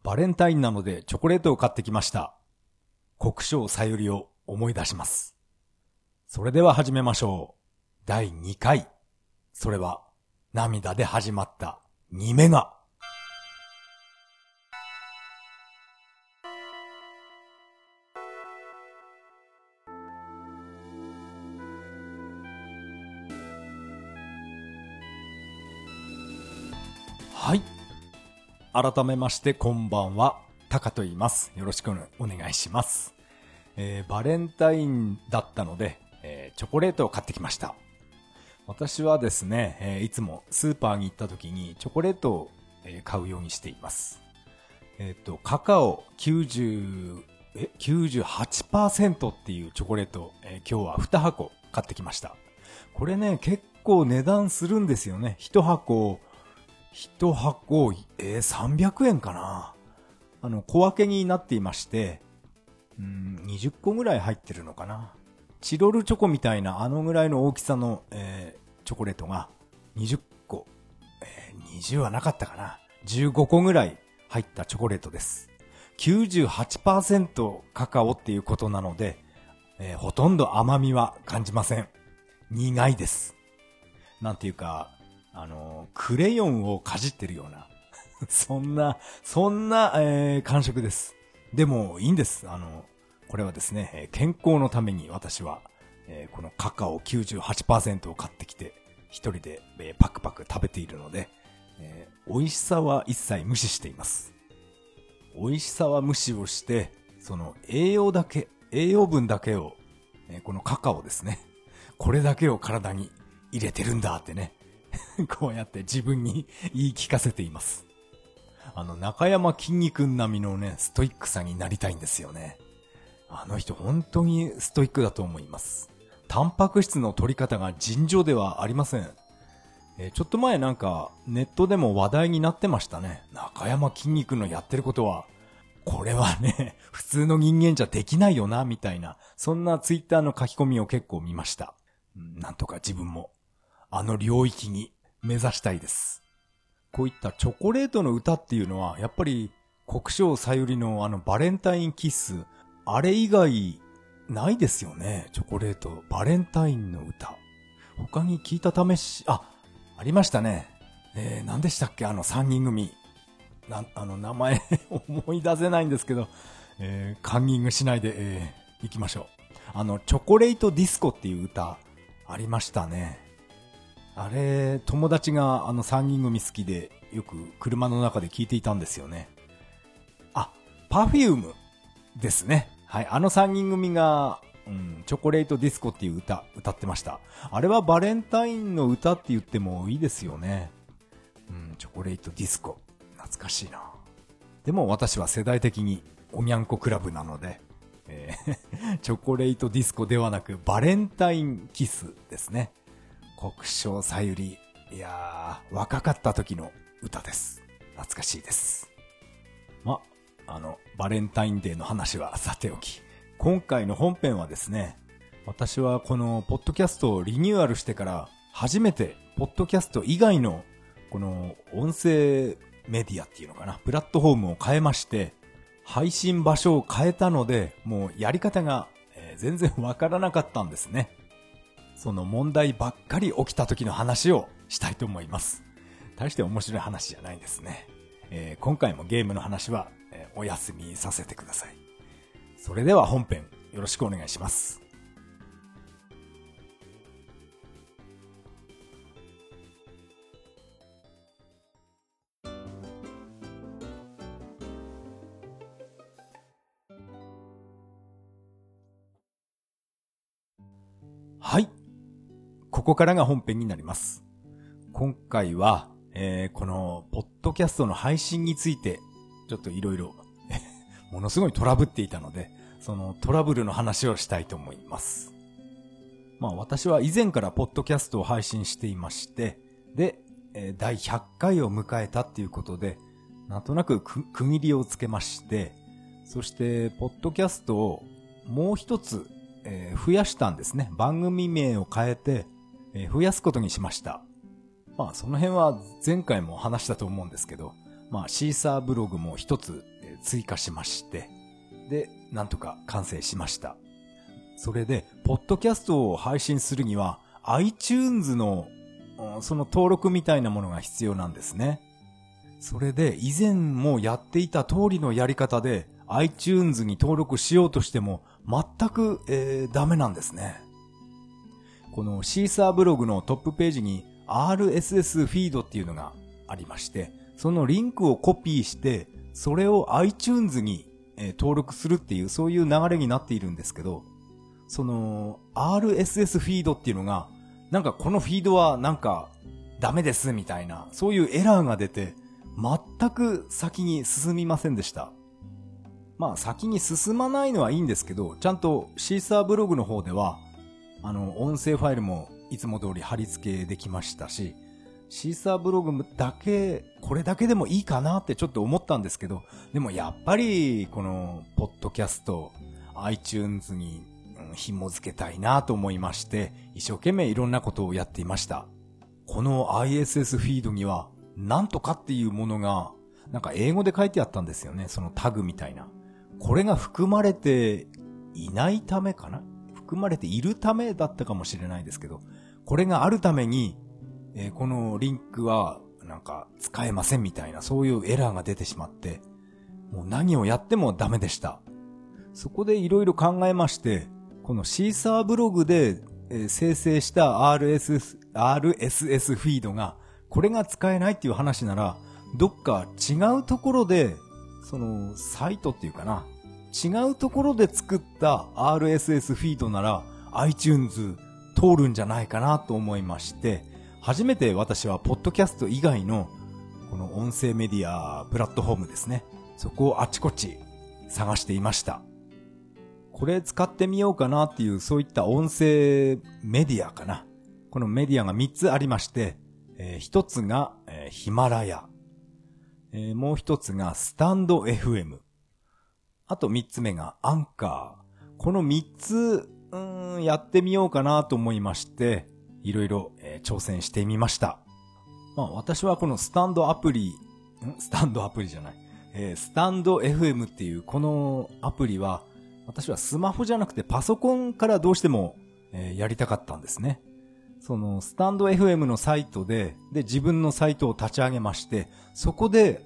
バレンタインなのでチョコレートを買ってきました。国生さゆりを思い出します。それでは始めましょう。第2回。それは涙で始まった2メガ。はい。改めましてこんばんは。タカと言います。よろしくお願いします。バレンタインだったので、チョコレートを買ってきました。私はですね、いつもスーパーに行った時にチョコレートを買うようにしています。カカオ98% っていうチョコレートを、今日は2箱買ってきました。これね、結構値段するんですよね。1箱、300円かな。小分けになっていまして、20個ぐらい入ってるのかな。チロルチョコみたいなぐらいの大きさの、チョコレートが20個、20はなかったかな。15個ぐらい入ったチョコレートです。98% カカオっていうことなので、ほとんど甘みは感じません。苦いです。なんていうか、クレヨンをかじってるような、そんな、感触です。でも、いいんです。これはですね、健康のために私は、このカカオ 98% を買ってきて、一人で、パクパク食べているので、美味しさは一切無視しています。美味しさは無視をして、その栄養分だけを、このカカオですね、これだけを体に入れてるんだってね、こうやって自分に言い聞かせています。中山きんに君並みのね、ストイックさになりたいんですよね。あの人本当にストイックだと思います。タンパク質の取り方が尋常ではありません。ちょっと前なんかネットでも話題になってましたね。中山きんに君のやってることは、これはね、普通の人間じゃできないよな、みたいな、そんなツイッターの書き込みを結構見ました。なんとか自分も領域に目指したいです。こういったチョコレートの歌っていうのは、やっぱり国生さゆりのバレンタインキッス、あれ以外ないですよね。チョコレート、バレンタインの歌。他に聞いた試し、ありましたね。何でしたっけ3人組。名前思い出せないんですけど、カンニングしないで、行きましょう。チョコレートディスコっていう歌、ありましたね。あれ、友達が3人組好きで、よく車の中で聞いていたんですよね。パフュームですね。はい、3人組が、チョコレートディスコっていう歌ってました。あれはバレンタインの歌って言ってもいいですよね。チョコレートディスコ。懐かしいな。でも私は世代的におにゃんこクラブなので、チョコレートディスコではなくバレンタインキスですね。国生さゆり。いやー、若かった時の歌です。懐かしいです。バレンタインデーの話はさておき、今回の本編はですね、私はこのポッドキャストをリニューアルしてから初めてポッドキャスト以外のこの音声メディアっていうのかな、プラットフォームを変えまして、配信場所を変えたので、もうやり方が全然わからなかったんですね。その問題ばっかり起きた時の話をしたいと思います。大して面白い話じゃないですね。今回もゲームの話はお休みさせてください。それでは本編よろしくお願いします。はい。ここからが本編になります。今回は、このポッドキャストの配信についてちょっといろいろものすごいトラブっていたので、そのトラブルの話をしたいと思います。私は以前からポッドキャストを配信していまして、で、第100回を迎えたっていうことで、なんとなく区切りをつけまして、そしてポッドキャストをもう一つ、増やしたんですね。番組名を変えて、増やすことにしました。その辺は前回も話したと思うんですけど、 シーサーブログも一つ追加しまして、で、なんとか完成しました。それで、ポッドキャストを配信するには、iTunes の、その登録みたいなものが必要なんですね。それで、以前もやっていた通りのやり方で、iTunes に登録しようとしても、全く、ダメなんですね。このシーサーブログのトップページに RSS フィードっていうのがありまして、そのリンクをコピーして、それを iTunes に登録するっていう、そういう流れになっているんですけど、その RSS フィードっていうのが、なんかこのフィードはなんかダメですみたいな、そういうエラーが出て、全く先に進みませんでした。先に進まないのはいいんですけど、ちゃんとシーサーブログの方では、音声ファイルもいつも通り貼り付けできましたし、シーサーブログだけ、これだけでもいいかなってちょっと思ったんですけど、でもやっぱりこのポッドキャスト、iTunes に紐付けたいなと思いまして、一生懸命いろんなことをやっていました。この ISS フィードには、なんとかっていうものが、なんか英語で書いてあったんですよね。そのタグみたいな。これが含まれていないためかな？含まれているためだったかもしれないですけど、これがあるために、このリンクはなんか使えませんみたいな、そういうエラーが出てしまって、もう何をやってもダメでした。そこでいろいろ考えまして、このシーサーブログで生成した RSS フィードが、これが使えないっていう話なら、どっか違うところで、そのサイトっていうかな、違うところで作った RSS フィードなら iTunes 通るんじゃないかなと思いまして、初めて私はポッドキャスト以外のこの音声メディアプラットフォームですね。そこをあちこち探していました。これ使ってみようかなっていうそういった音声メディアかな。このメディアが3つありまして、1つが、ヒマラヤ、もう1つがスタンド FM、あと3つ目がアンカー。この3つ、やってみようかなと思いまして、いろいろ挑戦してみました。私はこのスタンド FM っていうこのアプリは、私はスマホじゃなくてパソコンからどうしても、やりたかったんですね。そのスタンド FM のサイトで自分のサイトを立ち上げまして、そこで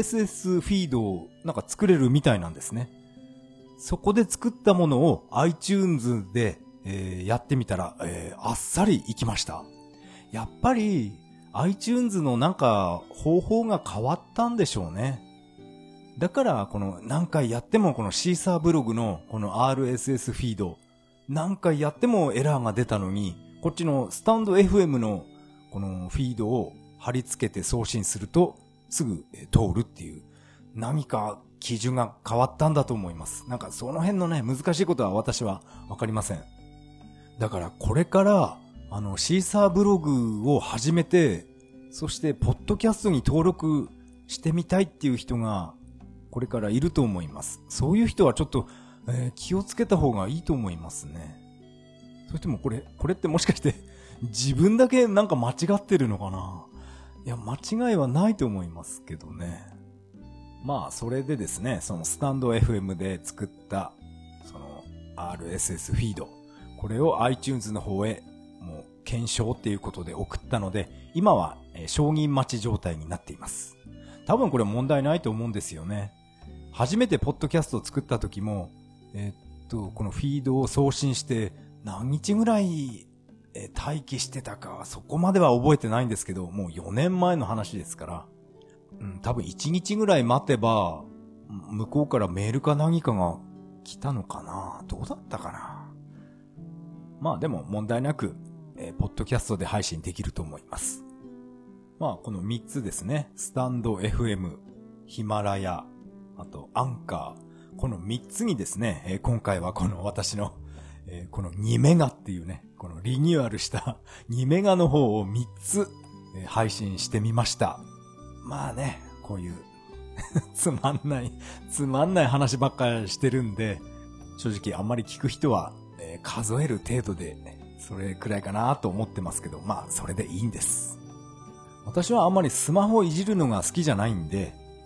RSS フィードをなんか作れるみたいなんですね。そこで作ったものを iTunes で、やってみたら、あっさりいきました。やっぱり iTunes のなんか方法が変わったんでしょうね。だからこの何回やってもこのシーサーブログのこの RSS フィード、何回やってもエラーが出たのに、こっちのスタンド FM のこのフィードを貼り付けて送信するとすぐ通るっていう、何か基準が変わったんだと思います。なんかその辺のね、難しいことは私はわかりません。だからこれからシーサーブログを始めて、そしてポッドキャストに登録してみたいっていう人がこれからいると思います。そういう人はちょっと、気をつけた方がいいと思いますね。それともこれってもしかして自分だけなんか間違ってるのかな？いや、間違いはないと思いますけどね。それでですね、そのスタンド FM で作ったその RSS フィード、これを iTunes の方へもう検証っていうことで送ったので、今は承認待ち状態になっています。多分これ問題ないと思うんですよね。初めてポッドキャストを作った時も、このフィードを送信して何日ぐらい待機してたか、そこまでは覚えてないんですけど、もう4年前の話ですから、多分1日ぐらい待てば、向こうからメールか何かが来たのかな？どうだったかな？でも問題なく、ポッドキャストで配信できると思います。この3つですね。スタンド FM、ヒマラヤ、あとアンカー。この3つにですね、今回はこの私の、この2メガっていうね、このリニューアルした2メガの方を3つ、配信してみました。こういうつまんない話ばっかりしてるんで、正直あんまり聞く人は、数える程度で、それくらいかなと思ってますけど、それでいいんです。私はあんまりスマホをいじるのが好きじゃないんで、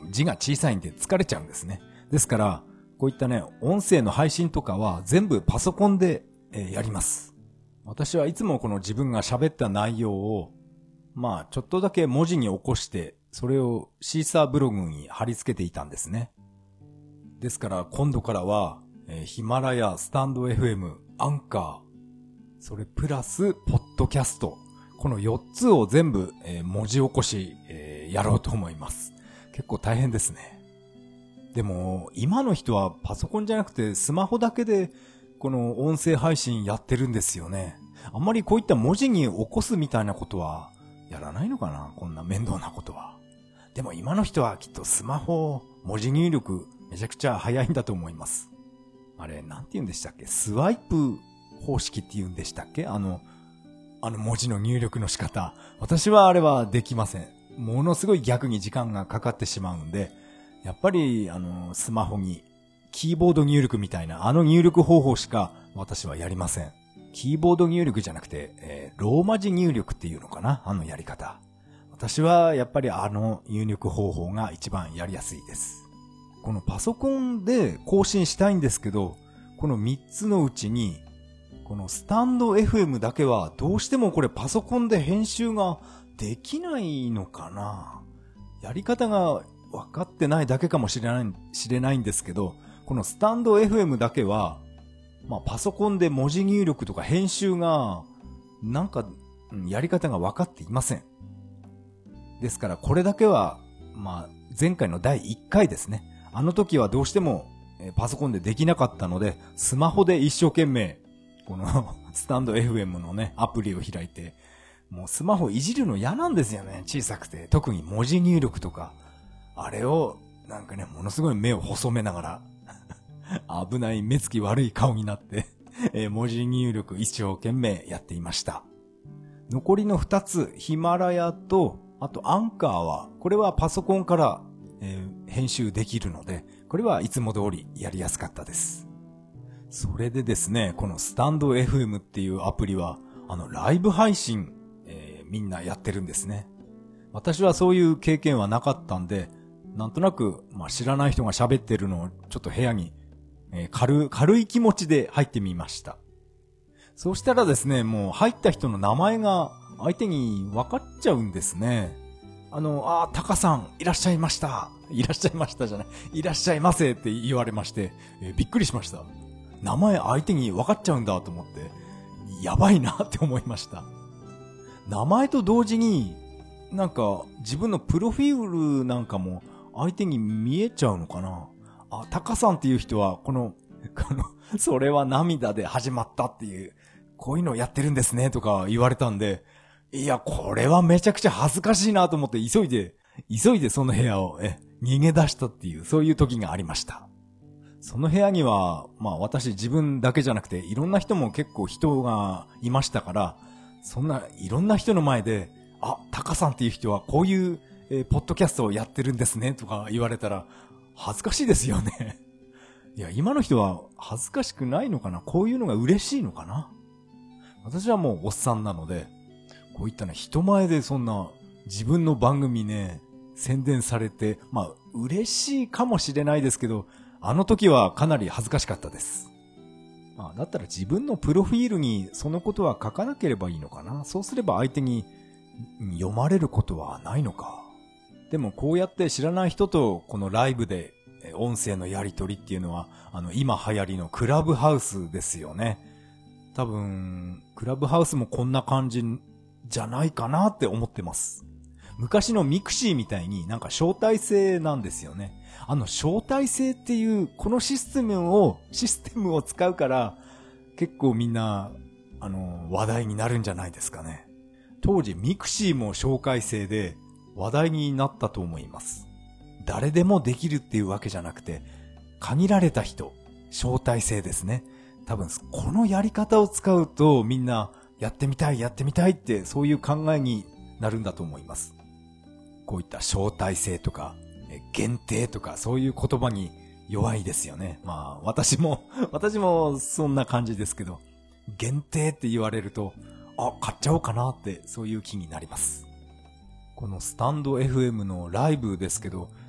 字が小さいんで疲れちゃうんですね。ですから、こういったね、音声の配信とかは全部パソコンで、やります。私はいつもこの自分が喋った内容を、ちょっとだけ文字に起こして、それをシーサーブログに貼り付けていたんですね。ですから今度からは、ヒマラヤ、スタンド FM、アンカー、それプラスポッドキャスト、この4つを全部、文字起こし、やろうと思います。結構大変ですね。でも今の人はパソコンじゃなくてスマホだけでこの音声配信やってるんですよね。あんまりこういった文字に起こすみたいなことはやらないのかな、こんな面倒なことは。でも今の人はきっとスマホ、文字入力めちゃくちゃ早いんだと思います。あれ、なんて言うんでしたっけ？スワイプ方式って言うんでしたっけ？あの文字の入力の仕方。私はあれはできません。ものすごい逆に時間がかかってしまうんで、やっぱりスマホにキーボード入力みたいな入力方法しか私はやりません。キーボード入力じゃなくて、ローマ字入力っていうのかな、やり方。私はやっぱり入力方法が一番やりやすいです。このパソコンで更新したいんですけど、この3つのうちにこのスタンド FM だけはどうしてもこれパソコンで編集ができないのかな。やり方が分かってないだけかもしれないんですけど、このスタンド FM だけは、パソコンで文字入力とか編集が、やり方が分かっていません。ですからこれだけは、前回の第1回ですね。あの時はどうしてもパソコンでできなかったので、スマホで一生懸命、このスタンド FM のね、アプリを開いて、もうスマホいじるの嫌なんですよね。小さくて。特に文字入力とか。あれを、ものすごい目を細めながら、危ない目つき悪い顔になって、文字入力一生懸命やっていました。残りの2つ、ヒマラヤと、あとアンカーは、これはパソコンから、編集できるので、これはいつも通りやりやすかったです。それでですね、このスタンド FM っていうアプリは、ライブ配信、みんなやってるんですね。私はそういう経験はなかったんで、なんとなく、知らない人が喋ってるのをちょっと部屋に、軽い気持ちで入ってみました。そうしたらですね、もう入った人の名前が相手に分かっちゃうんですね。タカさんいらっしゃいました。いらっしゃいましたじゃない。いらっしゃいませって言われまして、びっくりしました。名前相手に分かっちゃうんだと思って、やばいなって思いました。名前と同時に、自分のプロフィールなんかも相手に見えちゃうのかな。タカさんっていう人は、それは涙で始まったっていう、こういうのをやってるんですねとか言われたんで、いや、これはめちゃくちゃ恥ずかしいなと思って急いでその部屋を逃げ出したっていう、そういう時がありました。その部屋には、私自分だけじゃなくて、いろんな人も結構人がいましたから、そんないろんな人の前で、タカさんっていう人はこういう、ポッドキャストをやってるんですねとか言われたら、恥ずかしいですよね。いや、今の人は恥ずかしくないのかな？こういうのが嬉しいのかな？私はもうおっさんなので、こういったね、人前でそんな自分の番組ね、宣伝されて、嬉しいかもしれないですけど、あの時はかなり恥ずかしかったです。だったら自分のプロフィールにそのことは書かなければいいのかな。そうすれば相手に読まれることはないのか。でもこうやって知らない人とこのライブで音声のやり取りっていうのは、今流行りのクラブハウスですよね。多分、クラブハウスもこんな感じじゃないかなって思ってます。昔のミクシーみたいに招待制なんですよね。招待制っていうこのシステムを使うから結構みんな話題になるんじゃないですかね。当時ミクシーも紹介制で話題になったと思います。誰でもできるっていうわけじゃなくて限られた人、招待制ですね。多分このやり方を使うとみんなやってみたいってそういう考えになるんだと思います。こういった招待制とか限定とかそういう言葉に弱いですよね。私もそんな感じですけど、限定って言われると買っちゃおうかなってそういう気になります。このスタンド FM のライブですけど、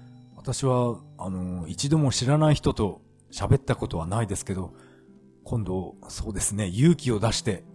私は、一度も知らない人と喋ったことはないですけど、今度、そうですね、勇気を出して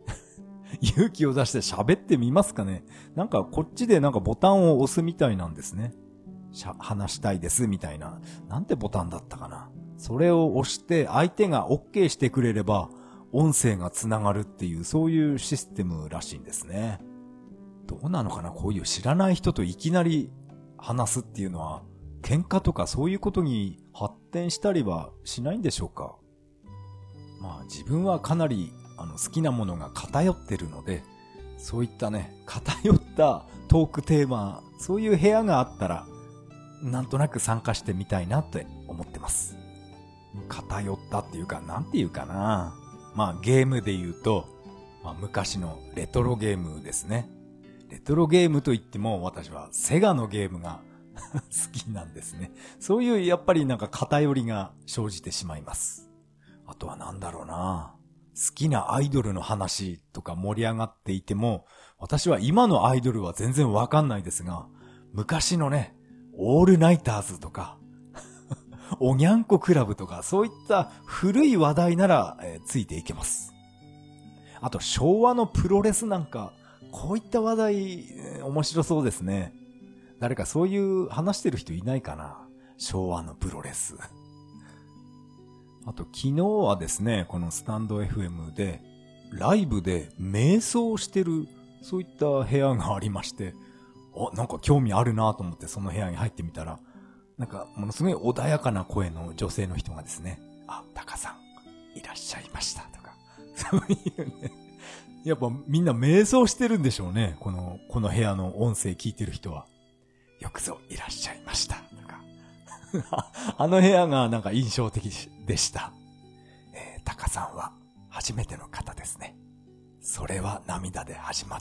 喋ってみますかね。なんかこっちでなんかボタンを押すみたいなんですね。話したいですみたいな。なんてボタンだったかな。それを押して相手が OK してくれれば音声がつながるっていう、そういうシステムらしいんですね。どうなのかな、こういう知らない人といきなり話すっていうのは、喧嘩とかそういうことに発展したりはしないんでしょうか。まあ自分はかなり好きなものが偏ってるので、そういったね、偏ったトークテーマ、そういう部屋があったら、なんとなく参加してみたいなって思ってます。偏ったっていうか、なんていうかな。まあゲームで言うと、昔のレトロゲームですね。レトロゲームといっても私はセガのゲームが好きなんですね。そういうやっぱりなんか偏りが生じてしまいます。あとはなんだろうな。好きなアイドルの話とか盛り上がっていても、私は今のアイドルは全然わかんないですが、昔のね、オールナイターズとか、おにゃんこクラブとか、そういった古い話題なら、ついていけます。あと昭和のプロレスなんか、こういった話題、面白そうですね。誰かそういう話してる人いないかな、昭和のプロレス。あと昨日はですね、このスタンド FM でライブで瞑想してる、そういった部屋がありまして、なんか興味あるなと思ってその部屋に入ってみたら、なんかものすごい穏やかな声の女性の人がですね、タカさんいらっしゃいましたとか、そういうね、やっぱみんな瞑想してるんでしょうね。この部屋の音声聞いてる人は。よくぞいらっしゃいましたとか。あの部屋がなんか印象的でした。タカさんは初めての方ですね。それは涙で始まった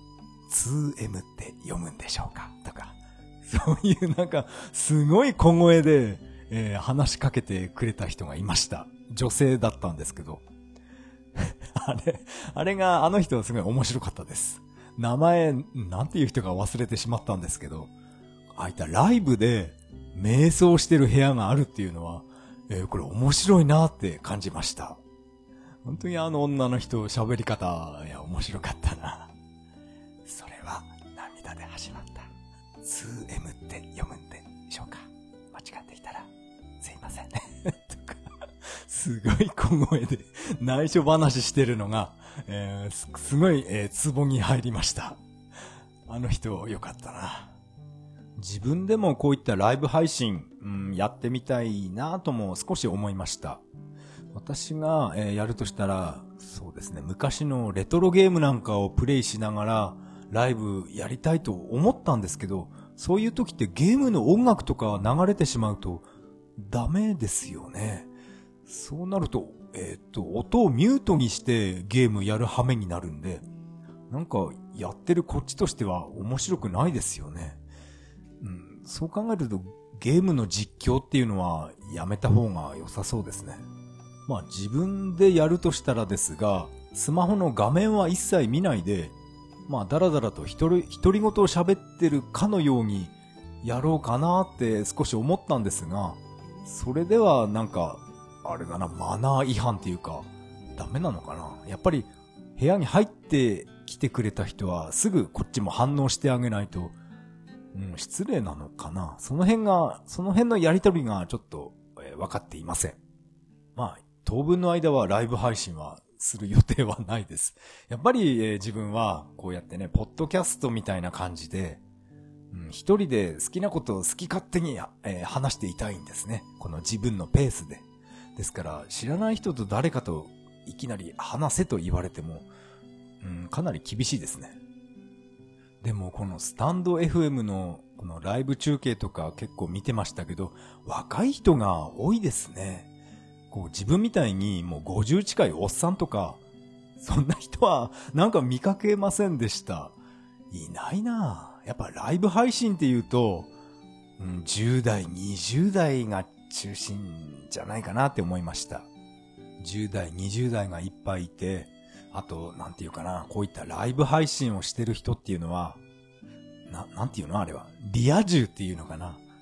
。2M って読むんでしょうかとか。そういうなんかすごい小声で、話しかけてくれた人がいました。女性だったんですけど。あれがあの人はすごい面白かったです。名前、なんていう人か忘れてしまったんですけど、ああいったライブで瞑想してる部屋があるっていうのは、これ面白いなって感じました。本当にあの女の人喋り方、面白かったな。それは涙で始まった。2M って読むんでしょうか。間違っていたらすいませんね。とか、すごい小声で内緒話してるのが、すごい、ツボに入りました。あの人よかったな。自分でもこういったライブ配信、やってみたいなとも少し思いました。私が、やるとしたら、そうですね、昔のレトロゲームなんかをプレイしながらライブやりたいと思ったんですけど、そういう時ってゲームの音楽とか流れてしまうとダメですよね。そうなると、音をミュートにしてゲームやる羽目になるんで、なんかやってるこっちとしては面白くないですよね。そう考えるとゲームの実況っていうのはやめた方が良さそうですね。まあ自分でやるとしたらですが、スマホの画面は一切見ないで、まあだらだらと独り言を喋ってるかのようにやろうかなって少し思ったんですが、それではなんかあれだな、マナー違反っていうかダメなのかな。やっぱり部屋に入ってきてくれた人はすぐこっちも反応してあげないと、失礼なのかな。その辺のやりとりがちょっと、分かっていません。まあ当分の間はライブ配信はする予定はないです。やっぱり、自分はこうやってね、ポッドキャストみたいな感じで、一人で好きなことを好き勝手に、話していたいんですね。この自分のペースで。ですから知らない人と誰かといきなり話せと言われても、かなり厳しいですね。でもこのスタンド FM のこのライブ中継とか結構見てましたけど、若い人が多いですね。こう自分みたいにもう50近いおっさんとか、そんな人はなんか見かけませんでした。いないなぁ。やっぱライブ配信って言うと、10代、20代が中心じゃないかなって思いました。10代、20代がいっぱいいて、あと、なんていうかな、こういったライブ配信をしてる人っていうのは、なんていうのあれは。リア充っていうのかな。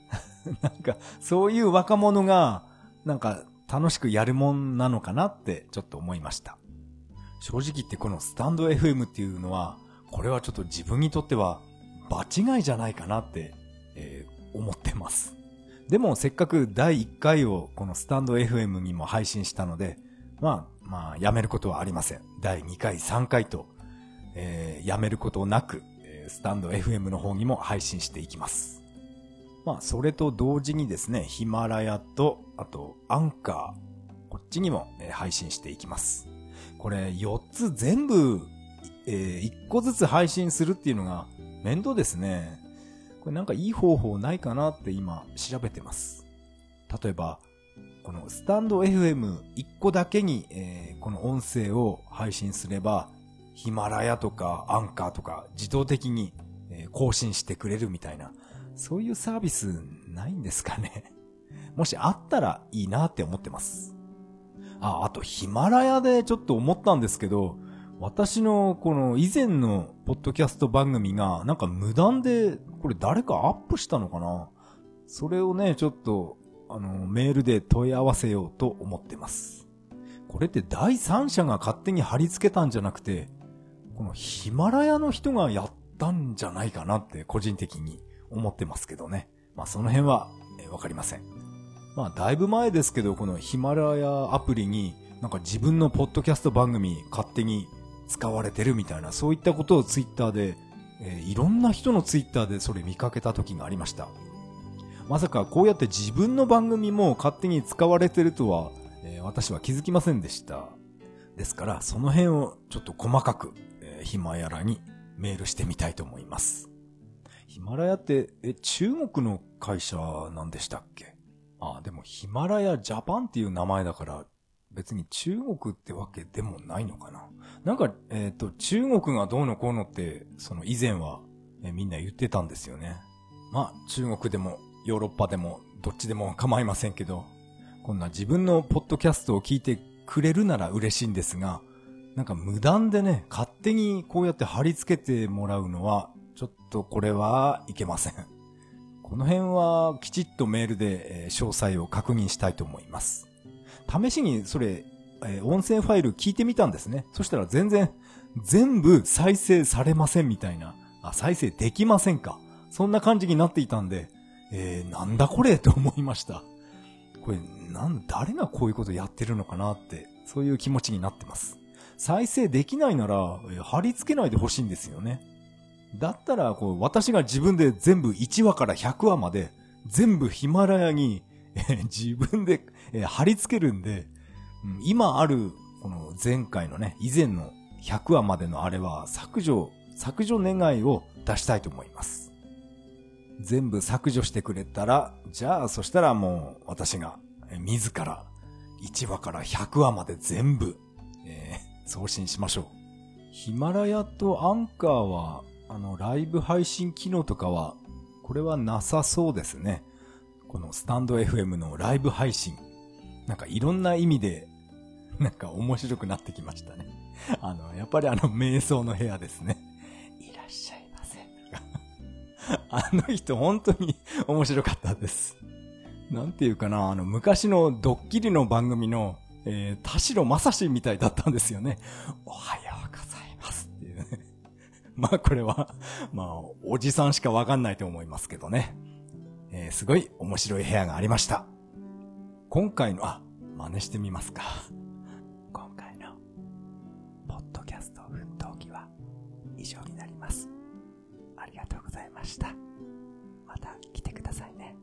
なんか、そういう若者が、なんか、楽しくやるもんなのかなってちょっと思いました。正直言ってこのスタンド FM っていうのは、これはちょっと自分にとっては場違いじゃないかなって、思ってます。でもせっかく第1回をこのスタンド FM にも配信したので、まあ、やめることはありません。第2回、3回と、やめることなく、スタンド FM の方にも配信していきます。まあ、それと同時にですね、ヒマラヤと、あと、アンカー、こっちにも、配信していきます。これ、4つ全部、1個ずつ配信するっていうのが面倒ですね。これなんかいい方法ないかなって今調べてます。例えば、このスタンド FM1 個だけに、この音声を配信すれば、ヒマラヤとかアンカーとか自動的に、更新してくれるみたいな、そういうサービスないんですかね。もしあったらいいなって思ってます。あとヒマラヤでちょっと思ったんですけど、私のこの以前のポッドキャスト番組がなんか無断でこれ誰かアップしたのかな。それをねちょっとメールで問い合わせようと思ってます。これって第三者が勝手に貼り付けたんじゃなくて、このヒマラヤの人がやったんじゃないかなって個人的に思ってますけどね。まあその辺はわかりません。まあだいぶ前ですけど、このヒマラヤアプリになんか自分のポッドキャスト番組勝手に使われてるみたいな、そういったことをツイッターで、いろんな人のツイッターでそれ見かけた時がありました。まさかこうやって自分の番組も勝手に使われてるとは、私は気づきませんでした。ですからその辺をちょっと細かく、ヒマラヤにメールしてみたいと思います。ヒマラヤって中国の会社なんでしたっけ？でもヒマラヤジャパンっていう名前だから別に中国ってわけでもないのかな。なんか中国がどうのこうのってその以前は、みんな言ってたんですよね。まあ中国でもヨーロッパでもどっちでも構いませんけど、こんな自分のポッドキャストを聞いてくれるなら嬉しいんですが、なんか無断でね勝手にこうやって貼り付けてもらうのはちょっとこれはいけません。この辺はきちっとメールで詳細を確認したいと思います。試しにそれ、音声ファイル聞いてみたんですね。そしたら全部再生されませんみたいな。再生できませんか。そんな感じになっていたんで、なんだこれと思いました。これ誰がこういうことやってるのかなって、そういう気持ちになってます。再生できないなら、貼り付けないでほしいんですよね。だったら私が自分で全部1話から100話まで全部ヒマラヤに自分で貼り付けるんで、今あるこの前回のね以前の100話までのあれは削除願いを出したいと思います。全部削除してくれたら、じゃあそしたらもう私が自ら1話から100話まで全部、送信しましょう。ヒマラヤとアンカーはライブ配信機能とかはこれはなさそうですね。このスタンド FM のライブ配信、なんかいろんな意味でなんか面白くなってきましたね。やっぱり瞑想の部屋ですね。いらっしゃいませ。人本当に面白かったです。なんていうかな、昔のドッキリの番組の、田代正史みたいだったんですよね。おはようございますっていうね。まあこれは、おじさんしかわかんないと思いますけどね。すごい面白い部屋がありました。今回の、真似してみますか。今回の、ポッドキャスト奮闘記は以上になります。ありがとうございました。また来てくださいね。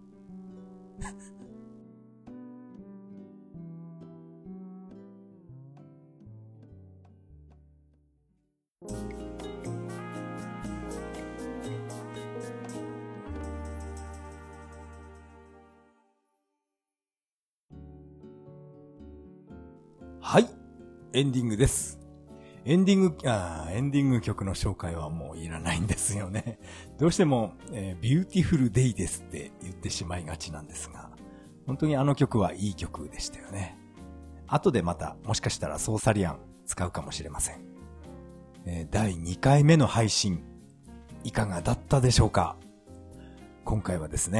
はい、エンディングです。エンディング曲の紹介はもういらないんですよね。どうしても、ビューティフルデイですって言ってしまいがちなんですが、本当にあの曲はいい曲でしたよね。後でまたもしかしたらソーサリアン使うかもしれません。第2回目の配信いかがだったでしょうか。今回はですね、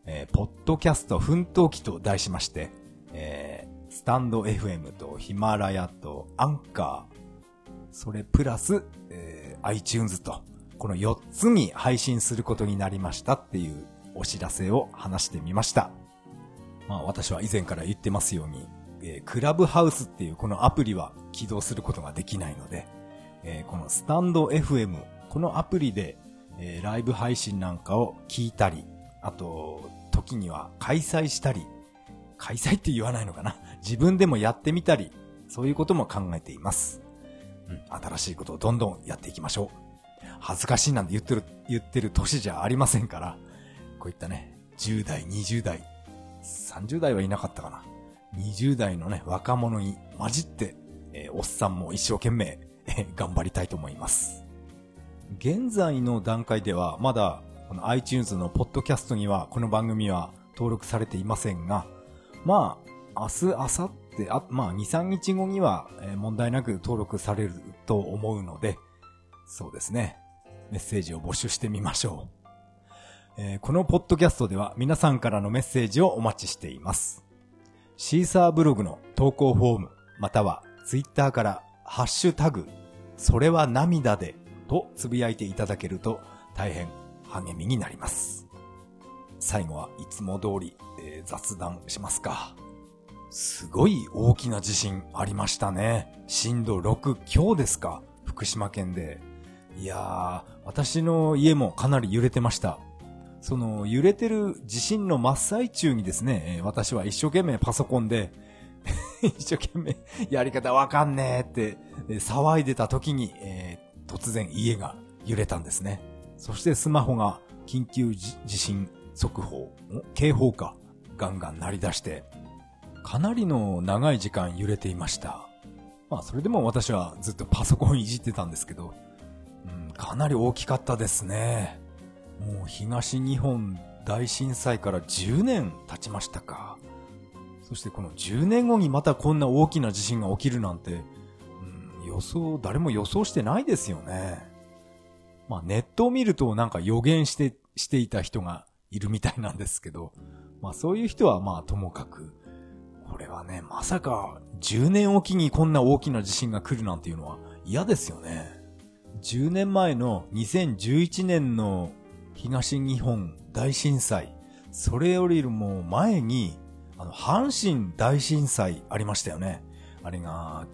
ポッドキャスト奮闘記と題しまして、スタンド FM とヒマラヤとアンカー、それプラス、iTunes と、この4つに配信することになりましたっていうお知らせを話してみました。まあ私は以前から言ってますように、クラブハウスっていうこのアプリは起動することができないので、このスタンド FM、このアプリで、ライブ配信なんかを聞いたり、あと、時には開催したり、開催って言わないのかな、自分でもやってみたり、そういうことも考えています。新しいことをどんどんやっていきましょう。恥ずかしいなんて言ってる年じゃありませんから、こういったね、10代、20代、30代はいなかったかな。20代のね、若者に混じって、おっさんも一生懸命、頑張りたいと思います。現在の段階では、まだ、この iTunes のポッドキャストには、この番組は登録されていませんが、まあ、明日、明後日、まあ、2、3日後には、問題なく登録されると思うので、そうですね。メッセージを募集してみましょう。このポッドキャストでは皆さんからのメッセージをお待ちしています。シーサーブログの投稿フォーム、またはツイッターからハッシュタグ、それは涙でとつぶやいていただけると大変励みになります。最後はいつも通り、雑談しますか。すごい大きな地震ありましたね。震度6強ですか。福島県で。いやー、私の家もかなり揺れてました。その揺れてる地震の真っ最中にですね、私は一生懸命パソコンで一生懸命やり方わかんねーって騒いでた時に、突然家が揺れたんですね。そしてスマホが緊急地震速報、警報かガンガン鳴り出して、かなりの長い時間揺れていました。まあそれでも私はずっとパソコンいじってたんですけど、かなり大きかったですね。もう東日本大震災から10年経ちましたか。そしてこの10年後にまたこんな大きな地震が起きるなんて、誰も予想してないですよね。まあネットを見るとなんか予言していた人がいるみたいなんですけど、まあそういう人はまあともかく、これはね、まさか10年おきにこんな大きな地震が来るなんていうのは嫌ですよね。10年前の2011年の東日本大震災、それよりも前に阪神大震災ありましたよね。あれが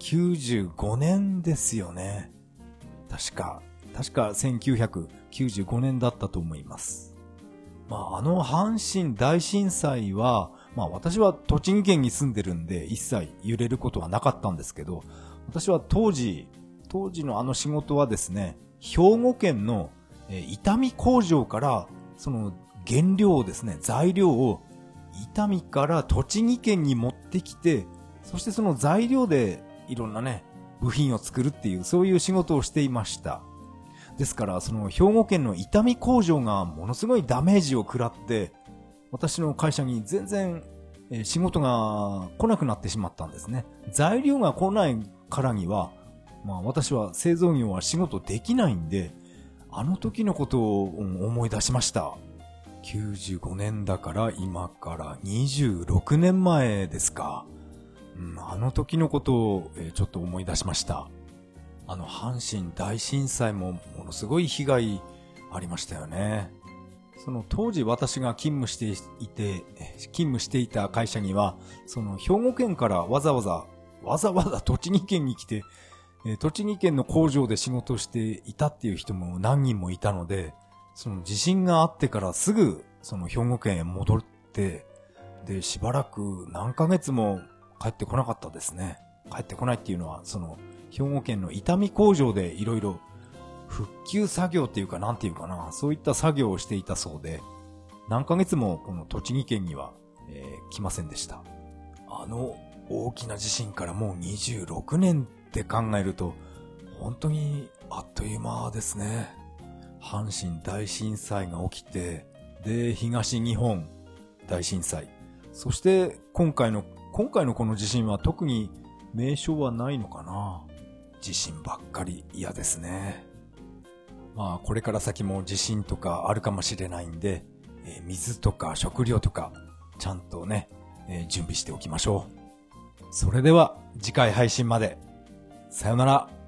95年ですよね。確か1995年だったと思います。まあ阪神大震災は、まあ私は栃木県に住んでるんで一切揺れることはなかったんですけど、私は当時の仕事はですね、兵庫県の伊丹工場からその原料をですね、材料を伊丹から栃木県に持ってきて、そしてその材料でいろんなね、部品を作るっていう、そういう仕事をしていました。ですからその兵庫県の伊丹工場がものすごいダメージを食らって、私の会社に全然仕事が来なくなってしまったんですね。材料が来ないからには、まあ私は製造業は仕事できないんで、あの時のことを思い出しました。95年だから今から26年前ですか。あの時のことをちょっと思い出しました。阪神大震災もものすごい被害ありましたよね。その当時私が勤務していた会社には、その兵庫県からわざわざ栃木県に来て、栃木県の工場で仕事をしていたっていう人も何人もいたので、その地震があってからすぐその兵庫県へ戻って、で、しばらく何ヶ月も帰ってこなかったですね。帰ってこないっていうのは、その兵庫県の伊丹工場でいろいろ復旧作業っていうかなんていうかな、そういった作業をしていたそうで、何ヶ月もこの栃木県には、来ませんでした。大きな地震からもう26年って考えると、本当にあっという間ですね。阪神大震災が起きて、で、東日本大震災。そして今回のこの地震は特に名称はないのかな。地震ばっかり嫌ですね。まあこれから先も地震とかあるかもしれないんで、 水とか食料とか、ちゃんとね、準備しておきましょう。それでは次回配信まで。さよなら。